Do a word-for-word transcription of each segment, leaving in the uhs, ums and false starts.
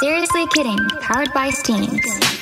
Seriously Kidding, powered by Steams.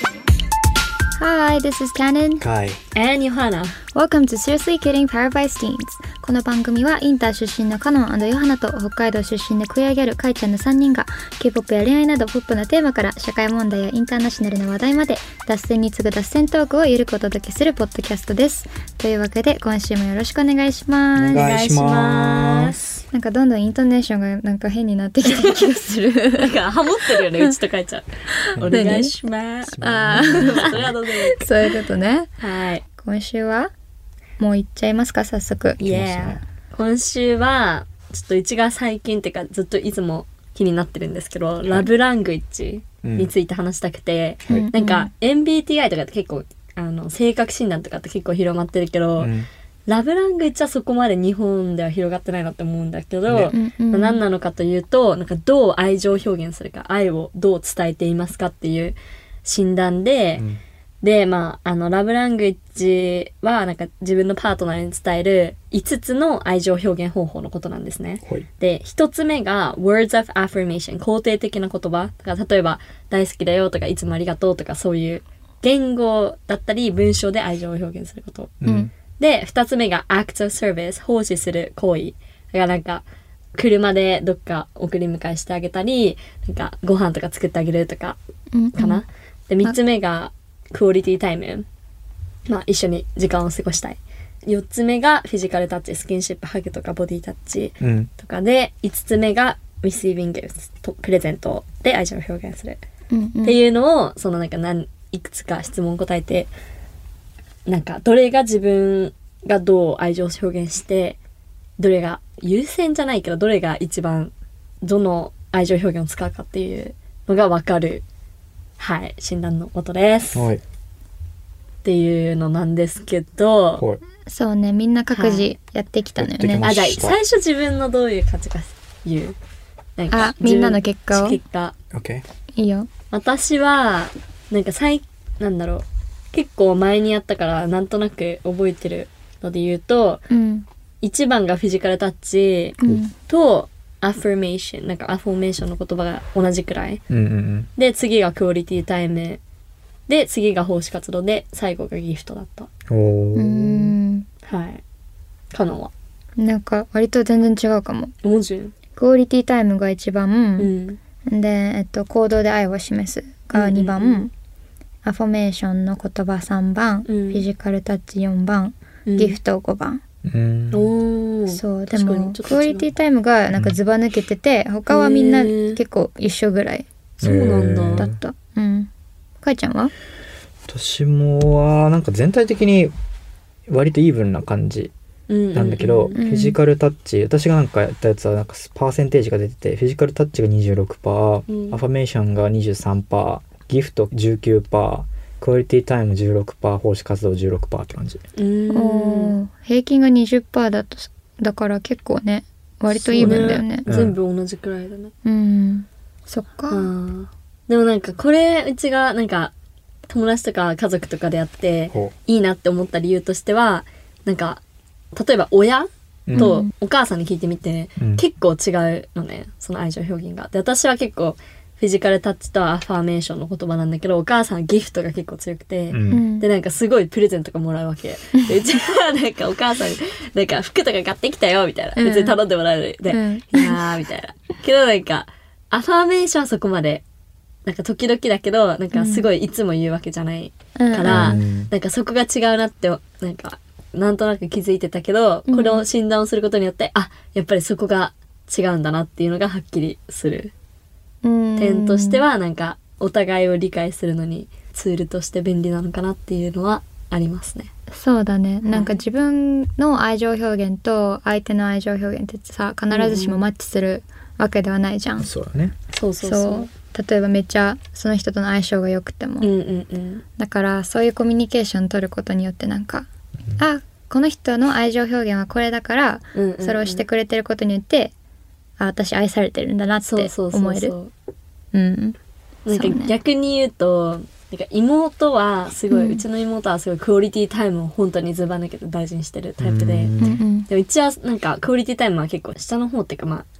Hi, this is Canon. Kai. And Johanna. Welcome to Seriously Kidding, powered by Steams. この番組はインター出身のカノン&ヨハナと北海道出身のクイアギャルカイちゃんのさんにんが K-ポップ や恋愛などポップなテーマから社会問題やインターナショナルな話題まで脱線に次ぐ脱線トークをゆるくお届けするポッドキャストです。というわけで今週もよろしくお願いします。 お願いします。 なんかどんどんイントネーションがなんか変になってきてる気がする。 なんかハモってるよね、うちとカイちゃん。お願いします。 ああ、 それはどうでもいい。 そういうことね。 はい。 今週はもう行っちゃいますか、早速。 Yeah。今週はちょっとうちが最近っていうかずっといつも気になってるんですけど、はい、ラブラングイッジについて話したくて、うん、なんか エムビーティーアイ とかって結構あの性格診断とかって結構広まってるけど、うん、ラブラングイッジはそこまで日本では広がってないなって思うんだけど、ね、まあ、何なのかというと、なんかどう愛情表現するか、愛をどう伝えていますかっていう診断で、うん、で、まあ、あの、ラブラングイッジは、なんか自分のパートナーに伝えるいつつの愛情表現方法のことなんですね。はい、で、ひとつめが words of affirmation、肯定的な言葉。だから例えば、大好きだよとか、いつもありがとうとか、そういう言語だったり、文章で愛情を表現すること。うん、で、ふたつめが acts of service、奉仕する行為。だからなんか、車でどっか送り迎えしてあげたり、なんかご飯とか作ってあげるとか、かな。うんうん、で、みっつめが、クオリティタイム、まあ、一緒に時間を過ごしたい。よっつめがフィジカルタッチ、スキンシップ、ハグとかボディタッチとかで、うん、いつつめが receiving gifts、プレゼントで愛情を表現する、うんうん、っていうのをそのなんか何いくつか質問を答えて、なんかどれが自分がどう愛情を表現してどれが優先じゃないけどどれが一番どの愛情表現を使うかっていうのが分かる、はい、診断のことです。はい。っていうのなんですけど、はい、 そうね、みんな各自やってきたのよね。 はい、あ、じゃあ最初自分のどういう感じか言う。 なんかあ、みんなの結果を。 結果。 OK。 いいよ。 私はなんか最なんだろう、結構前にやったからなんとなく覚えてるので言うと、うん、いちばんがフィジカルタッチと、うん、アファメーション、なんかアフォメーションの言葉が同じくらい、うんうんうん、で次がクオリティタイムで次が奉仕活動で最後がギフトだった。おー、うん、はい。カノンはなんか割と全然違うかも。 もちクオリティタイムがいちばん、うん、で、えっと、行動で愛を示すがにばん、うんうんうん、アフォメーションの言葉さんばん、うん、フィジカルタッチよんばん、うん、ギフトごばん、うん、おそうでもクオリティタイムがなんかズバ抜けてて、うん、他はみんな結構一緒ぐらい、 そうなんだだった。うん。かいちゃんは？ 私もはなんか全体的に割とイーブンな感じなんだけど、うんうんうん、フィジカルタッチ、私がなんかやったやつはなんかパーセンテージが出てて、フィジカルタッチが にじゅうろくパーセント、うん、アファメーションが にじゅうさんパーセント、ギフト じゅうきゅうパーセント、クオリティタイム じゅうろくパーセント、奉仕活動 じゅうろくパーセント って感じ。 うん、平均が にじゅっパーセント だとだから結構ね割とイーブンだよね。 ね、うん、全部同じくらいだね。 うん、そっか。 でもなんかこれうちがなんか友達とか家族とかでやっていいなって思った理由としては、なんか例えば親とお母さんに聞いてみて、うん、結構違うのね、その愛情表現が。で、私は結構フィジカルタッチとアファーメーションの言葉なんだけど、お母さんはギフトが結構強くて、うん、でなんかすごいプレゼントがもらうわけで、うちはなんかお母さんになんか服とか買ってきたよみたいな、別に頼んでもらえるで、うん、いやーみたいな。けどなんかアファーメーションはそこまでなんか時々だけど、なんかすごいいつも言うわけじゃないから、うん、なんかそこが違うなってなんかなんとなく気づいてたけど、これを診断をすることによって、うん、あ、やっぱりそこが違うんだなっていうのがはっきりする、うん、点としては、なんかお互いを理解するのにツールとして便利なのかなっていうのはありますね。 そうだね、なんか自分の愛情表現と相手の愛情表現ってさ、必ずしもマッチするわけではないじゃん、うん、 そうだね。 そうそうそう。そう例えばめっちゃその人との相性が良くても、うんうんうん、だからそういうコミュニケーション取ることによってなんか、うん、あ、この人の愛情表現はこれだから、うんうんうん、それをしてくれてることによってあ、私愛されてるんだなって思える。そうそうそうそう、うん、 なんか逆に言うと、なんか妹はすごい、うん、うちの妹はすごいクオリティタイムを本当にズバ抜けて大事にしてるタイプで、うん、でもうちはなんかクオリティタイムは結構下の方っていうか、まあ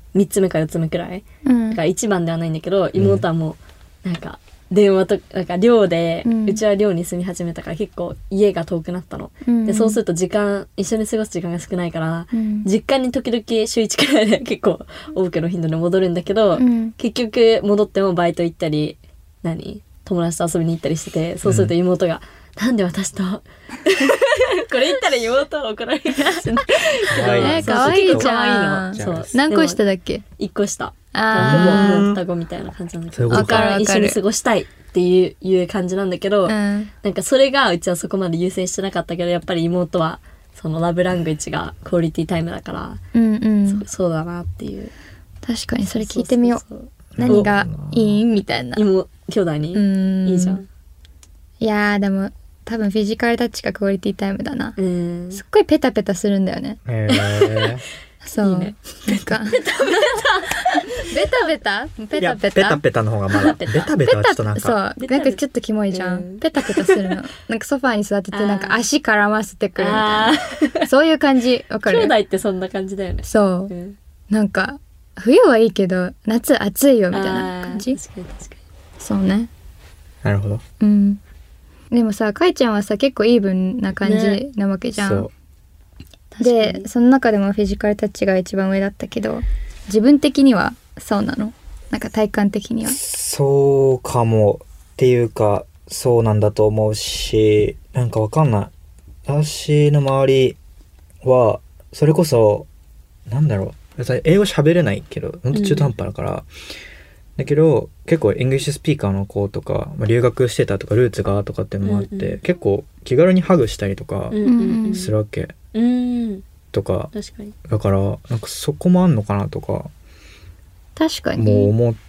みっつめかよっつめくらいうんが一番ではないんだけど、妹はもうなんか電話となんか寮で、 うんうちは寮に住み始めたから結構家が遠くなったの、 うんでそうすると時間一緒に過ごす時間が少ないから、 うん実家に時々週いちくらいで結構多くの頻度で戻るんだけど、 うん結局戻ってもバイト行ったり何友達と遊びに行ったりしてて、そうすると妹が、うん、なんで私とこれ言ったら妹は怒られるかもしれないえー、かわいいじゃん。 ん。そう何個下だっけ？ 一個下。 あほぼ双子みたいな感じなんだけど、 わかるわかる一緒に過ごしたいっていういう感じなんだけど、 あ、うんなんかそれがうちはそこまで優先してなかったけど、やっぱり妹はそのラブラングエッジがクオリティタイムだから、 うんうんそそうだなっていう。 確かにそれ聞いてみよう。 そうそうそう何がいいみたいな。 妹兄弟に、 うんいいじゃん。 いやーでも多分フィジカルタッチがクオリティタイムだな。 うん。 すっごいペタペタするんだよね。 へーそう。 いいねなんかベタベタペいやタペタペタペタの方がまだペタペタベタベタはちょっとなんそうかなんかちょっとキモいじゃん、 うんペタペタするのなんかソファーに座っててなんか足絡ませてくるみたあいなそういう感じわかー兄る？ 弟ってそんな感じだよね。 そううんなんか冬はいいけど夏暑いよみたいな感じ。 あー確かに確かそうね。 なるほど。 うんでもさかいちゃんはさ結構イーブンな感じなわけじゃん、 そうに。 で確かにその中でもフィジカルタッチが一番上だったけど自分的にはそうなの？なんか体感的には。 そうかもっていうかそうなんだと思うし、なんかわかんない。私の周りはそれこそなんだろう、私英語喋れないけどほんと中途半端だから、うん、だけど結構イングリッシュスピーカーの子とか、まあ、留学してたとかルーツがとかっていうのもあって、うんうん、結構気軽にハグしたりとかするわけ、 うんうん、 とか確かに。 だからなんかそこもあんのかなとか確かにもう思って、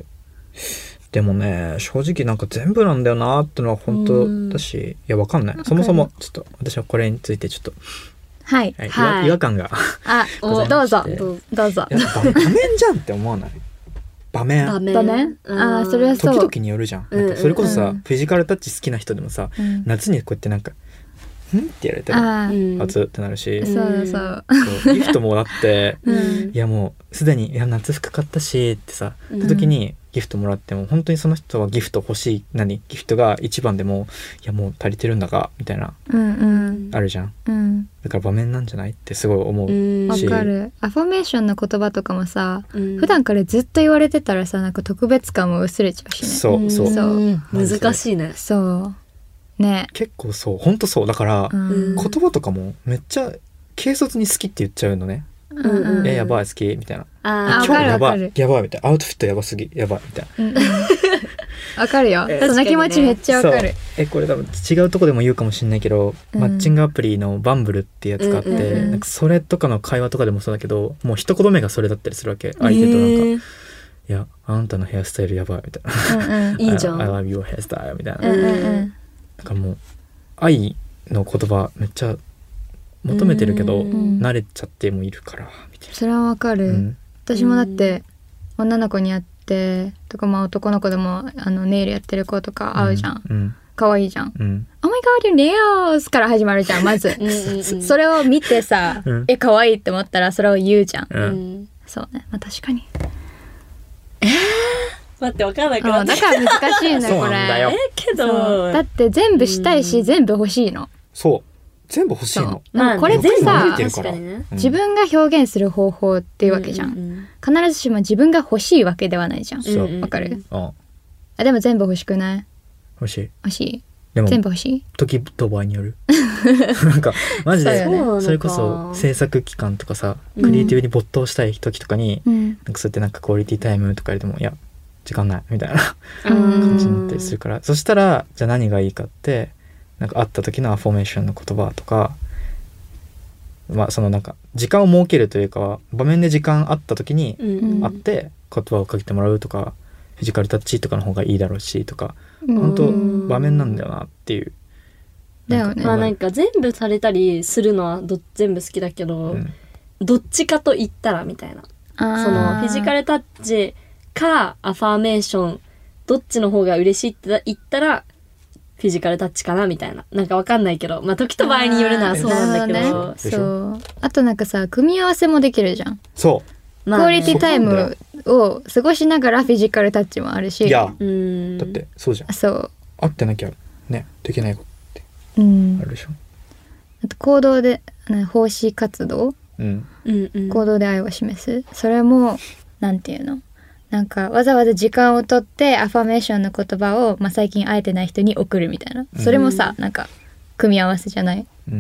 でもね正直なんか全部なんだよなってのは本当だし、いやわかんない。そもそもちょっと私はこれについてちょっとはい、 はいはい、 違和感があどうぞどうぞ。 いや場面じゃんって思わない？場面場面場面あそれはそう。 時々によるじゃん。なんかそれこそさ、 うん、 フィジカルタッチ好きな人でもさ、うん、夏にこうやってなんかんってやられたら熱ってなるし、 そうそうそうギフトもだって、 うん、 いやもうすでにいや夏服買ったしってさ、うん、時にギフトもらっても本当にその人はギフト欲しい何ギフトが一番でもいやもう足りてるんだがみたいな、 うんうん、 あるじゃん、 うん、 だから場面なんじゃないってすごい思うわかる。アファメーションの言葉とかもさ、うん、普段からずっと言われてたらさなんか特別感も薄れちゃうしね。 そうそうそう難しいね。 そうね結構そう本当そうだから、うん、言葉とかもめっちゃ軽率に好きって言っちゃうのね。 うんうん、 えやばい好きみたいな。 あ今日やばいやばいみたいな。アウトフィットやばすぎやばいみたいな。 うんうん、わかるよ。その気持ちめっちゃわかる。 えこれ多分違うとこでも言うかもしれないけど、うん、マッチングアプリのバンブルってやつがあって、うんうんうん、なんかそれとかの会話とかでもそうだけどもう一言目がそれだったりするわけ。相手となんか。いやあんたのヘアスタイルやばいみたいな。 うんうん、いいじゃん。 I love your hairstyle みたいな。 うんうんうん、なんかもう愛の言葉めっちゃ求めてるけど、うん、慣れちゃってもいるからみたいな。 それはわかる、うん、私もだって女の子に会ってとか、まあ、男の子でもあのネイルやってる子とか会うじゃん、うん、可愛いじゃん、うん、Oh my god your nails から始まるじゃんまずそ, それを見てさ、うん、え可愛いって思ったらそれを言うじゃん、うん、そうね、まあ、確かにえー待って分かんないからだから難しいねこれ。 えけどだって全部したいし、うん、全部欲しいの。 そう全部欲しいの。 まあこれってさ、 ね、 自分が表現する方法っていうわけじゃん、うんうんうん、必ずしも自分が欲しいわけではないじゃん。わかる、うん、あでも全部欲しくない？ 欲しい欲しい。 でも全部欲しい時と場合によるなんかマジで そ,、ね、それこそ制作期間とかさクリエイティブに没頭したい時とかに、うん、なんかそうやってなんかクオリティタイムとか言ってもいや時間ないみたいな感じになったりするから、そしたらじゃあ何がいいかってなんか会った時のアフォーメーションの言葉とか、まあそのなんか時間を設けるというか場面で時間あった時に会って言葉をかけてもらうとか、フィジカルタッチとかの方がいいだろうしとか、本当場面なんだよなっていう。 だよね。 まあなんか全部されたりするのはど全部好きだけど、うん、どっちかと言ったらみたいな、そのフィジカルタッチかアファーメーションどっちの方が嬉しいって言ったらフィジカルタッチかなみたいな。なんかわかんないけど、まあ時と場合によるのはそうなんだけど。 どね、そう。あとなんかさ、組み合わせもできるじゃん。 そう。 まあね、 クオリティタイムを過ごしながらフィジカルタッチもあるし。 いや、 うんだってそうじゃん。 そう。 合ってなきゃね、できないことってあるでしょ。うん、 あと行動で、ね、奉仕活動、 うんうんうん、 行動で愛を示す。それもなんていうの、なんかわざわざ時間をとってアファメーションの言葉を、まあ、最近会えてない人に送るみたいな、それもさ、うん、なんか組み合わせじゃない、 うん、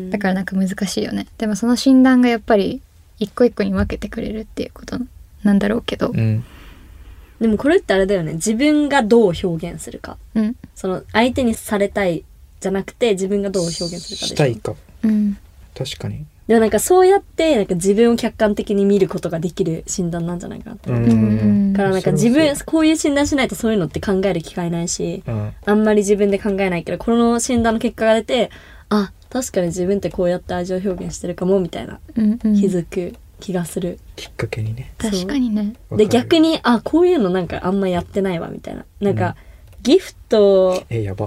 だからなんか難しいよね。でもその診断がやっぱり一個一個に分けてくれるっていうことなんだろうけど、うん、 でもこれってあれだよね、自分がどう表現するか、うん、その相手にされたいじゃなくて自分がどう表現するかでしょ。 したいか、 うん、 確かに。 でもなんかそうやってなんか自分を客観的に見ることができる診断なんじゃないかなって思う。うんからなんか自分こういう診断しないとそういうのって考える機会ないし、うん、あんまり自分で考えないけど、この診断の結果が出て、あ、確かに自分ってこうやって愛情表現してるかもみたいな、うんうん、気づく気がする。 きっかけにね。 確かにね。 で逆にあこういうのなんかあんまやってないわみたいな、なんか、うん、ギフトえやば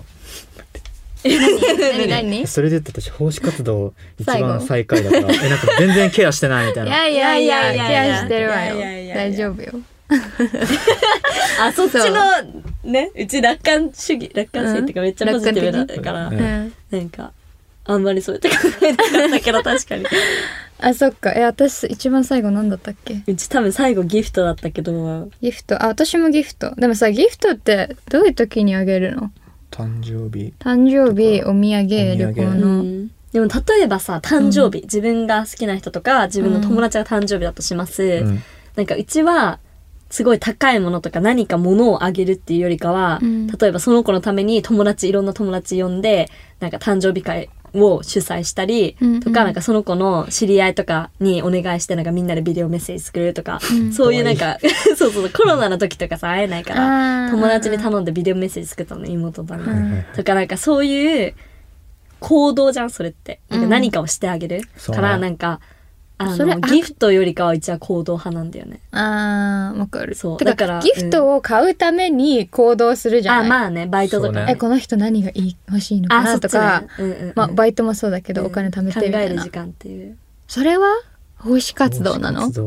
何何それで言って私奉仕活動一番最下位だからえなんか全然ケアしてないみたいな。 いやいやいやケアしてるわよ。大丈夫よ。 あそっちのね、うち楽観主義楽観性ってかめっちゃポジティブだから、うん、なんかあんまりそうやって考えなかったけど確かにあそっか。え私一番最後何だったっけ。 うち多分最後ギフトだったけど。 ギフト、あ私もギフト。でもさギフトってどういう時にあげるの。 誕生日誕生日お土産旅行の、うん、 でも例えばさ誕生日、うん、自分が好きな人とか自分の友達が誕生日だとします、うん、なんかうちはすごい高いものとか何か物をあげるっていうよりかは、うん、例えばその子のために友達いろんな友達呼んでなんか誕生日会を主催したり、うんうん、とかなんかその子の知り合いとかにお願いしてなんかみんなでビデオメッセージ作るとか、うん、そういうなんかそうそうコロナの時とかさ会えないから友達に頼んでビデオメッセージ作ったの妹だね、うん、とかなんかそういう行動じゃんそれって、なんか何かをしてあげる、うん、からなんかあのギフトよりかはうちは行動派なんだよね。 あーわかる。 そうだからギフトを買うために行動するじゃない、 うん、あまあねバイトとか、ね、 えこの人何がいい欲しいのかなとか、ねうんうんうん、まあ、バイトもそうだけど、うん、お金貯めてみたいな考える時間っていう。 それは奉仕活動なの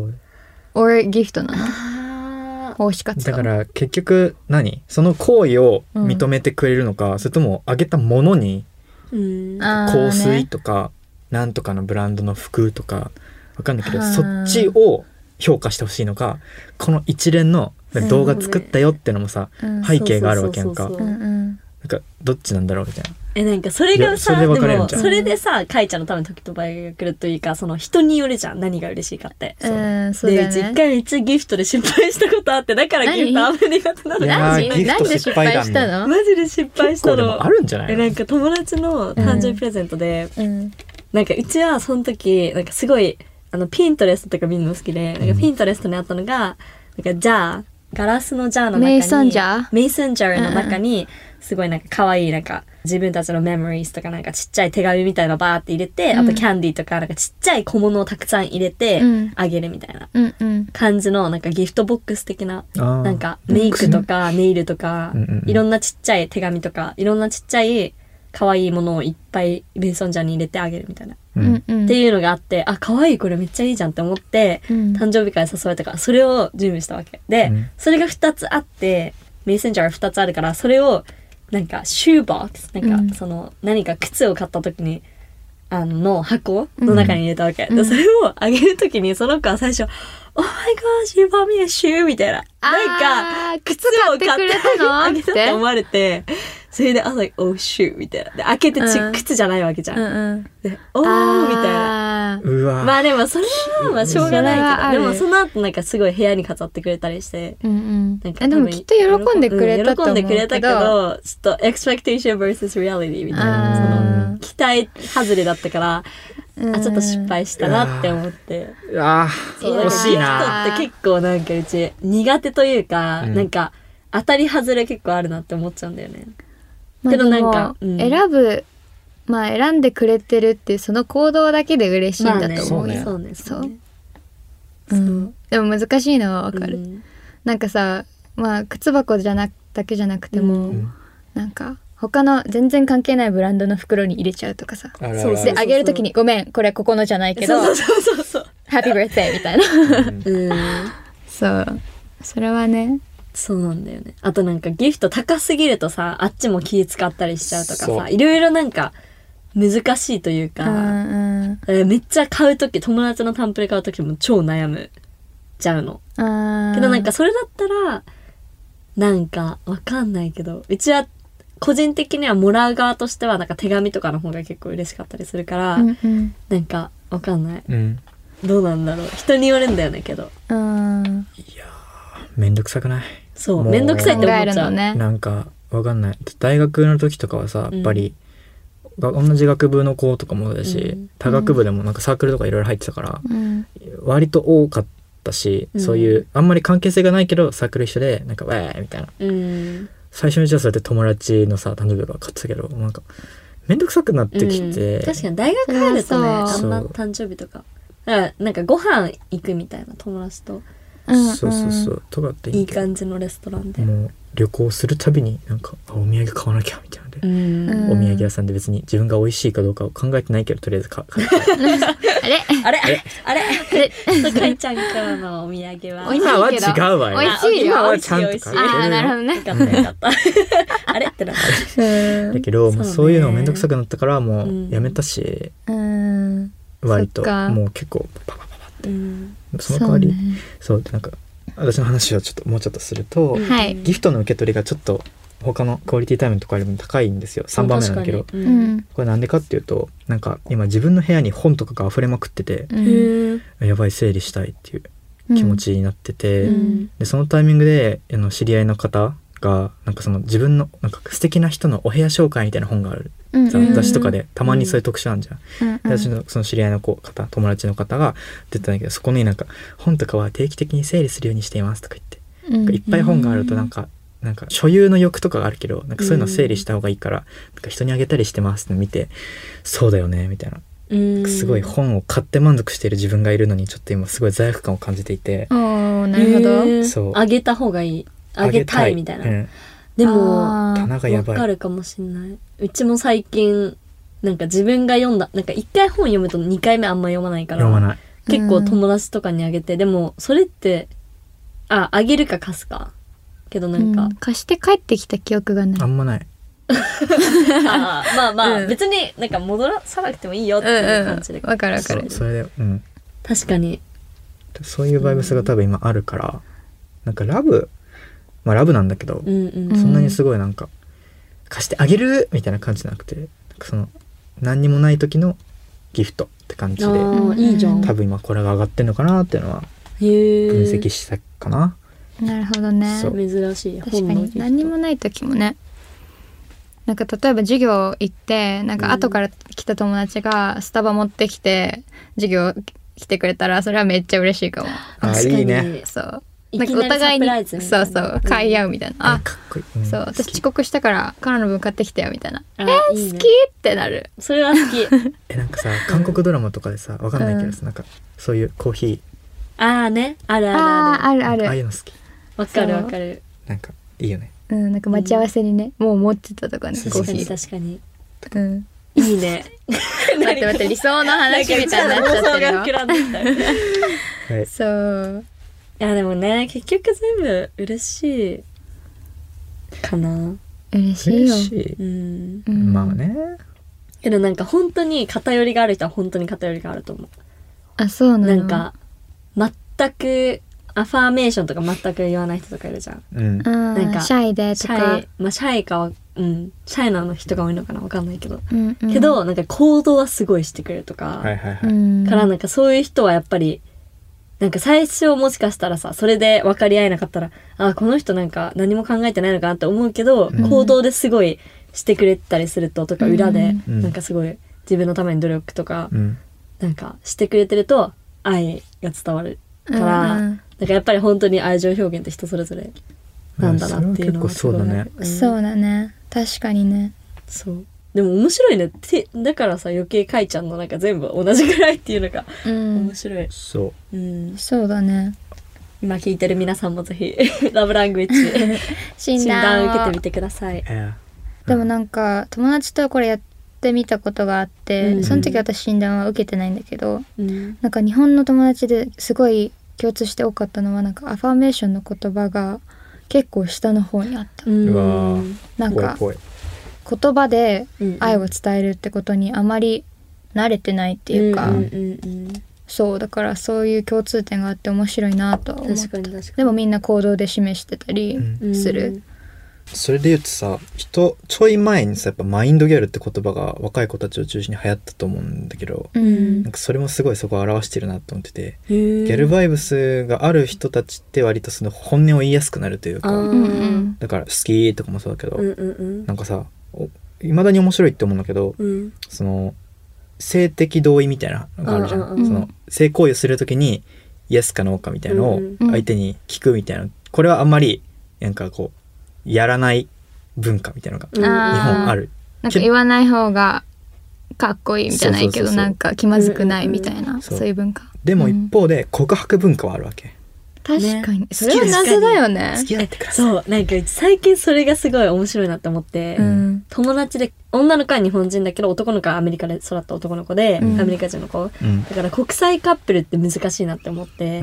or ギフトなの。奉仕活動だから結局何その行為を認めてくれるのか、うん、それともあげたものに、うん、香水とか、ね、なんとかのブランドの服とかわかんないけどそっちを評価してほしいのか、この一連の動画作ったよってのもさ、うん、背景があるわけやんか。なんかどっちなんだろうみたいな。 えなんかそれがさ で, でもそれでさかいちゃんの多分時と場合が来るというかその人によるじゃん何が嬉しいかって。そう、うんそうだよね、でうち一回めっちゃギフトで失敗したことあってだからギフトあんまり苦手なの。 何何で失敗したの。 マジで失敗したの。 結構でもあるんじゃない。 えなんか友達の誕生日プレゼントで、うん、なんかうちはその時なんかすごいあのピントレストとか見るの好きで、なんかピントレストにあったのがなんかジャーガラスのジャーの中にメイソンジャーメイソンジャーの中にすごいなんか可愛いなんか自分たちのメモリーズとかなんかちっちゃい手紙みたいなのバーって入れて、うん、あとキャンディーとかなんかちっちゃい小物をたくさん入れてあげるみたいな感じのなんかギフトボックス的な、うん、なんかメイクとかネイルとか、うんうん、いろんなちっちゃい手紙とかいろんなちっちゃい可愛いものをいっぱいメイソンジャーに入れてあげるみたいな、うんうん、っていうのがあってあ可愛いこれめっちゃいいじゃんって思って、うん、誕生日会誘われたからそれを準備したわけで、うん、それがふたつあってメイソンジャーがふたつあるからそれをなんかシューボックスなんかその、うん、何か靴を買った時にあの箱の中に入れたわけ、うん、でそれをあげる時にその子は最初「Oh my gosh you bought me a shoe」みたいななんか靴を買ってくれたのあげたって思われてそれで「I was like oh shoot」みたいなで開けてち、うん、靴じゃないわけじゃん、うんうん、で「おー」みたいなうわまあでもそれはまあしょうがないけどでもその後なんかすごい部屋に飾ってくれたりして、うんうん、 なんかでもきっと喜んでくれたと思うけど、 うん、喜んでくれたけどちょっと expectation versus reality みたいなその期待外れだったからあちょっと失敗したなって思ってあ惜しいなギフトって結構なんかうち苦手というか、うん、なんか当たり外れ結構あるなって思っちゃうんだよね。 まあ、けどなんか、うん、選ぶまあ選んでくれてるっていうその行動だけで嬉しいんだと思うよ。 そうねそうねそう、うん、でも難しいのはわかる、うん、なんかさまあ靴箱じゃなだけじゃなくても、うん、なんか他の全然関係ないブランドの袋に入れちゃうとかさ。 あららそうそうであげるときにごめんこれここのじゃないけどそうそうそうそうハッピーバースデーみたいな。 うんそうそれはね。 そうなんだよね。あとなんかギフト高すぎるとさ、あっちも気使ったりしちゃうとかそうさ、いろいろなんか難しいといううか、 んえーめっちゃ買うとき、友達のタンプレ買うときも超悩むちゃうの。 うん。 けどなんかそれだったら、なんかわかんないけど、うちは個人的にはもらう側としてはなんか手紙とかの方が結構嬉しかったりするから、 うんうんなんかわかんない。 うんどうなんだろう。人によるんだよねけど。 うんめんどくさくない？ そう、 もうめんどくさいって考思っちゃう。 えるのね。 なんかわかんない。大学の時とかはさやっぱり、が同じ学部の子とかもだし、 うん他学部でもなんかサークルとかいろいろ入ってたから、 うん割と多かったし、 うんそういうあんまり関係性がないけどサークル一緒でなんかわーみたいな。 うん。 最初のうちはそうやって友達のさ誕生日とか買ってたけどなんかめんどくさくなってきて、 うん、確かに大学入るとねあそうんま誕生日とかだからなんかご飯行くみたいな友達とうんそうそうそうとかっていいけど感じのレストランで、 もう旅行するたびになんかあお土産買わなきゃみたいなので、 うんうんお土産屋さんで別に自分が美味しいかどうかを考えてないけどとりあえず買買ってあれあれあれとかいちゃんからのお土産は美味しい今は違うわよ美味しいよ今はちゃんと美味しい買えるあーなるほどねよかったよかったあれってなったうんだけどもうそうねそういうのめんどくさくなったからもうんうやめたし、 うん割とそっかもう結構パパパパうんその代わりそうねそうなんか私の話をちょっともうちょっとすると、 うんはいギフトの受け取りがちょっと他のクオリティタイムとかよりも高いんですよさんばんめなんだけど確かにううんんこれなんでかっていうとなんか今自分の部屋に本とかが溢れまくってて、 うんへーやばい整理したいっていう気持ちになってて、 うんでそのタイミングであの知り合いの方がなんかその自分のなんか素敵な人のお部屋紹介みたいな本がある、 うん雑雑誌とかでたまにそういう特集あるじゃん、 うんで私のその知り合いの子方友達の方が出てたんだけどそこになんか本とかは定期的に整理するようにしていますとか言って、 うんなんかいっぱい本があるとなんかなんか所有の欲とかがあるけどなんかそういうの整理した方がいいから、なんか人にあげたりしてますっての見てそうだよねみたいな、 うんすごい本を買って満足している自分がいるのにちょっと今すごい罪悪感を感じていて、 おーなるほど、 へーそうあげた方がいいあげたいみたいな、 うんでもあー棚がやばいわかるかもしんない。うちも最近なんか自分が読んだなんか一回本読むと二回目あんま読まないから読まない結構友達とかにあげて、でもそれってああげるか貸すかけどなんか、 うん貸して帰ってきた記憶がないあんまないあーまあまあ、 うん別になんか戻らさなくてもいいよっていう感じで、 わかるわかるそうそれでうん確かにそういうバイブスが多分今あるから、なんかラブまあラブなんだけど、 うんうんそんなにすごいなんか貸してあげるみたいな感じじゃなくてなんかその何にもない時のギフトって感じあでーいいじゃん。 多分今これが上がってんのかなっていうのはへえ分析したかな、 なるほどねそう珍しい確かに本のギフト何にもない時もねなんか例えば授業行ってなんか後から来た友達がスタバ持ってきて授業来てくれたらそれはめっちゃ嬉しいかも。 あ確かにいいねそういなんかおきなりサ互いにプライズみたそいうなそう買い合うみたいな、あかっこいい、うんそう私好き遅刻したからカナの分買ってきたよみたいな、 あえいいね好きってなる。 それは好きえなんかさ韓国ドラマとかでさわかんないけどさ、なんかそういうコーヒーああねあるあるああるーあるあるああいうの好きわかるそうわかるなんかいいよねうんなんか待ち合わせにね、もう持ってたとかねそう確かにコーヒー確かにうんいいね待って待って理想の話みたいになっちゃってるよなんかうちらの妄想が膨らんできたよはいそういやでもね結局全部嬉しいかな嬉しいよ嬉しい、 うんうんまあねけどなんか本当に偏りがある人は本当に偏りがあると思うあそうなのなんか全くアファーメーションとか全く言わない人とかいるじゃんうんななんかシャイでとシかャイまあシャイかはうんシャイなの人が多いのかなわかんないけど、 うんうんけどなんか行動はすごいしてくれるとか、 はいはいはい、 うんからなんかそういう人はやっぱりなんか最初もしかしたらさそれで分かり合えなかったらあこの人なんか何も考えてないのかなって思うけど、 うん行動ですごいしてくれたりするととか裏でうんなんかすごい自分のために努力とかうんなんかしてくれてると愛が伝わるから、 うんうんなんかやっぱり本当に愛情表現って人それぞれなんだなっていうのはすごいそれは結構そうだねんそうだね確かにねそうでも面白いねてだからさ余計かいちゃんのなんか全部同じぐらいっていうのがうん面白い、 そううん、 そうだね今聞いてる皆さんもぜひラブラングエッジ診診断を断を受けてみてください。 えーでもなんか友達とこれやってみたことがあって、うん、その時私診断は受けてないんだけど、うん、なんか日本の友達ですごい共通して多かったのはなんかアファーメーションの言葉が結構下の方にあった、うん、なんか言葉で愛を伝えるってことにあまり慣れてないっていうか、うんうんうんうん、そうだからそういう共通点があって面白いなとは思った。確かに確かに。でもみんな行動で示してたりする、うん、 それで言うとさ、人ちょい前にさやっぱマインドギャルって言葉が若い子たちを中心に流行ったと思うんだけど、うん、なんかそれもすごいそこを表してるなと思ってて、ギャルバイブスがある人たちって割とその本音を言いやすくなるというか、うん、だから好きとかもそうだけど、うんうんうん、なんかさいまだに面白いって思うんだけど、うん、その性的同意みたいなのがあるじゃん、うんうん、その性行為をするときにイエスかノーかみたいなのを相手に聞くみたいな、うん、これはあんまりなんかこうやらない文化みたいなのが日本ある。 なんか言わない方がかっこいいじゃないけど、なんか気まずくないみたいな、うん、そういう文化。 でも一方で告白文化はあるわけ。 確かに、ね、それは謎だよね。 付き合ってください。 そう、なんか最近それがすごい面白いなって思って、うん、友達で女の子は日本人だけど男の子はアメリカで育った男の子で、うん、アメリカ人の子、うん、だから国際カップルって難しいなって思って、うん、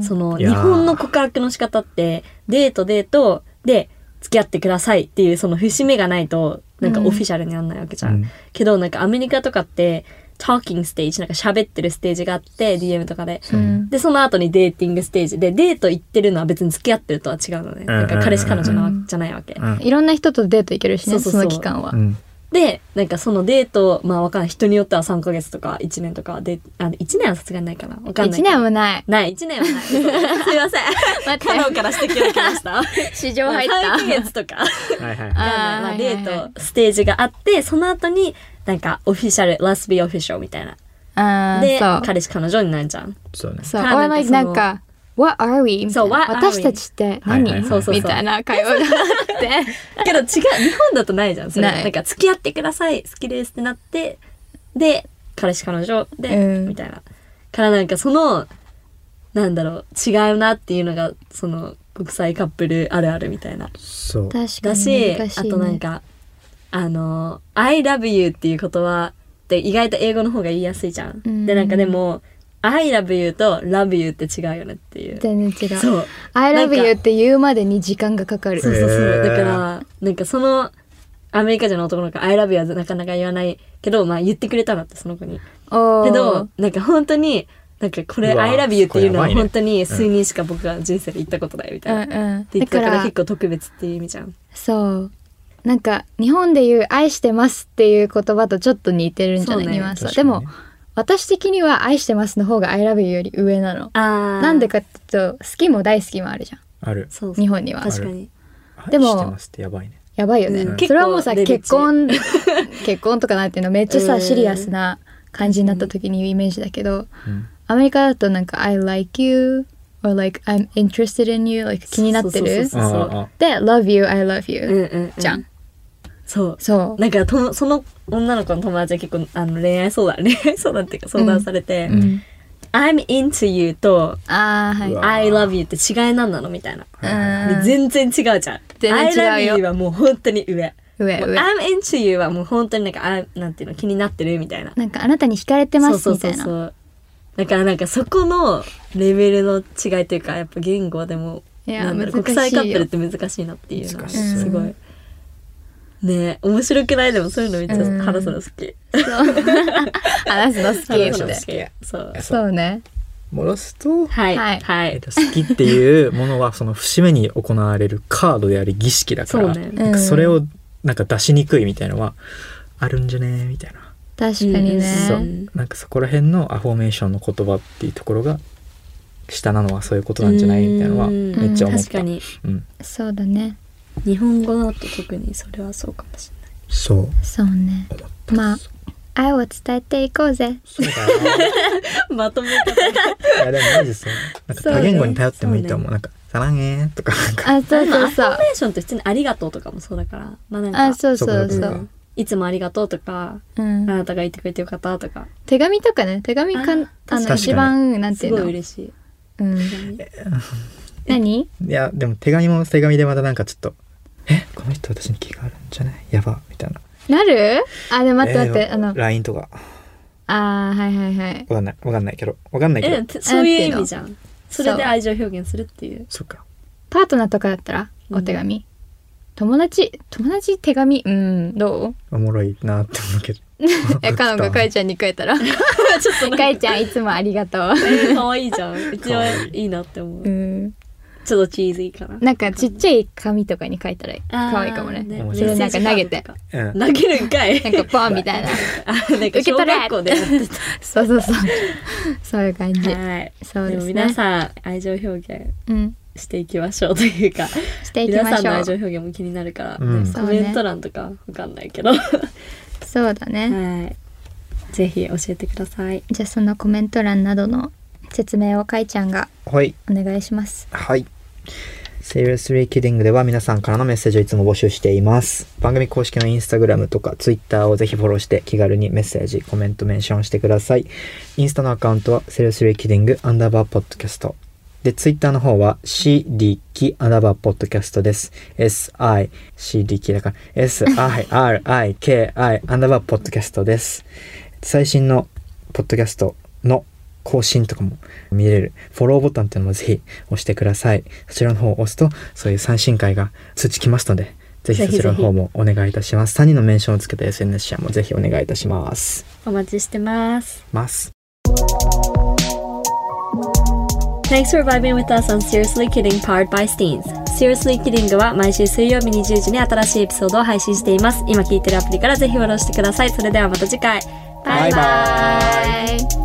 その日本の告白の仕方ってデートデートで付き合ってくださいっていうその節目がないとなんかオフィシャルにならないわけじゃん、うん、けどなんかアメリカとかってtalking ステージなんか喋ってるステージがあって ディーエム とかで、うん、でその後にデーティングステージでデート行ってるのは別に付き合ってるとは違うのね、うん、なんか彼氏彼女なわ、うん、じゃないわけ、 うん、いろんな人とデート行けるしね、そうそうそう、その期間は、うん、 でなんかそのデートまあわかんない、人によってはさんかげつとかいちねんとかで、あいちねんはさすがにないかな、わかんない、 いちねんもないないいちねんはないすいませんカノンから指摘を受けました市場入ったさんかげつとかはいはい、あまあ、デートステージがあってその後になんかオフィシャル Let's be official みたいなあで彼氏彼女になるじゃん。 そうね。 そう。or like なんか What are we? みたいな。私たちって何？はいはいはい、みたいな会話があって。 けど違う、日本だとないじゃん。それなんか付き合ってください、好きですってなってで彼氏彼女で、うん、みたいな。からなんかそのなんだろう違うなっていうのがその国際カップルあるあるみたいな。 そう。 確かにだし、ね、あとなんかあの I love you っていう言葉で意外と英語の方が言いやすいじゃん、うん、でなんかでも I love you と love you って違うよねっていう。 全然違う。 そう I love you って言うまでに時間がかかる。 そうそうそう。だからなんかそのアメリカ人の男の子 I love you はなかなか言わないけど、まあ言ってくれたなってその子に。けどなんか本当になんかこれ I love you っていうのは本当に数人しか僕が人生で言ったことないみたいな、うんうん、って言ってたから結構特別っていう意味じゃん。 そうなんか日本で言う愛してますっていう言葉とちょっと似てるんじゃない、ニュアンスは。でも私的には愛してますの方が I love you より上なの。あなんでかって言うと好きも大好きもあるじゃん。 ある。 日本には。 確かに。 でも愛してますってやばいね。 やばいよね。うん、それはもうさ結婚結婚とかなんていうのめっちゃさシリアスな感じになった時に言うイメージだけど、うん、アメリカだとなんか I like you or like I'm interested in you like 気になってるで love you I love you、うんうんうん、じゃん。 そうそうなんかとその女の子の友達は結構あの恋愛相談恋愛相談っていうか相談されて、うん、I'm into you とあ、はい、 I love you って違いなんなのみたいな、うん、全然違うじゃん。 全然違うよ。 I love you はもう本当に上上上 I'm into you はもう本当になんかあなんていうの気になってるみたいな、 なんかあなたに惹かれてますみたいな。 そうそうそうそうだからなんかそこのレベルの違いというかやっぱ言語でもいや難しいよ。 国際カップルって難しいなっていうのはすごいね面白くない？でもそういうのめっちゃ話すの好き、 うん、そう話すの好き話すの好きそうそうね。 戻すとはいはい、 えっと、好きっていうものはその節目に行われるカードであり儀式だから、 そうね、なんかそれをなんか出しにくいみたいなのはあるんじゃねみたいな。 確かにね、 そうなんかそこら辺のアフォーメーションの言葉っていうところが下なのはそういうことなんじゃないみたいなのはめっちゃ思った。 確かに、 うん、 そうだね。 日本語だと特にそれはそうかもしれない。 そうそうね。まあ愛を伝えていこうぜ。 そうだねまとめた。 いやでもマジですよ。なんか多言語に頼ってもいいと思う。うね、なんかサランゲーとかなんか。 あそうそうそう。 アフォーメーションって普通にありがとうとかもそうだから。まあなんかあそうそうそう。うんいつもありがとうとか、うん、あなたがいてくれてよかったとか。 手紙とかね、手紙かああの一番なんていうの。 すごい嬉しい。 うん。何？ いやでも手紙も手紙でまたなんかちょっとえこの人私に気があるんじゃないやばみたいな。 なる？あ、で待って待って、 えー、 あのライン とか。 あーはいはいはい。 わかんないわかんないけどわかんないけど。 えそういう意味じゃん。それで愛情表現するっていう。 そっか。 パートナーとかだったらお手紙、うん、友達友達手紙うんどう？ おもろいなって思うけど。 えかのがかいちゃんにくれたらちょっとかいちゃんいつもありがとう。 えー、かわいいじゃん。一応いいなって思う。うん、ちょっとチーズいいかな。 なんかちっちゃい紙とかに書いたら可愛いかもね。ねそれなんか投げて、 うん、投げるんかい。 なんかポンみたいな。受け取れ。そうそうそう。そういう感じ。 はい。 そうですね。 でも皆さん愛情表現していきましょうというか、 うん、していきましょう。 皆さんの愛情表現も気になるから、 うん、 コメント欄とかわかんないけど。 そうだね。 はい。ぜひ教えてください。 じゃあそのコメント欄などの説明をかいちゃんがお願いします。 はい。Seriously Kidding では皆さんからのメッセージをいつも募集しています。番組公式のインスタグラムとかツイッターをぜひフォローして気軽にメッセージ、コメント、メンションしてください。インスタのアカウントは Seriously Kidding アンダーバーポッドキャスト。で、ツイッターの方は シーディー キアンダーバーポッドキャストです。エスアイシーディー キだから エスアイアールアイケーアイ アンダーバーポッドキャストです。最新のポッドキャストの更新とかも見れるフォローボタンっていうのもぜひ押してください。そちらの方を押すとそういう最新回が通知きますので、ぜひそちらの方もお願いいたします。さんにんのメンションをつけた エスエヌエス シェアもぜひお願いいたします。 お待ちしてますます。 Thanks for vibing with us on Seriously Kidding powered by Steens. Seriously Kidding は毎週水曜日にじゅうじに新しいエピソードを配信しています。今聞いてるアプリからぜひフォローしてください。それではまた次回。バイバイ。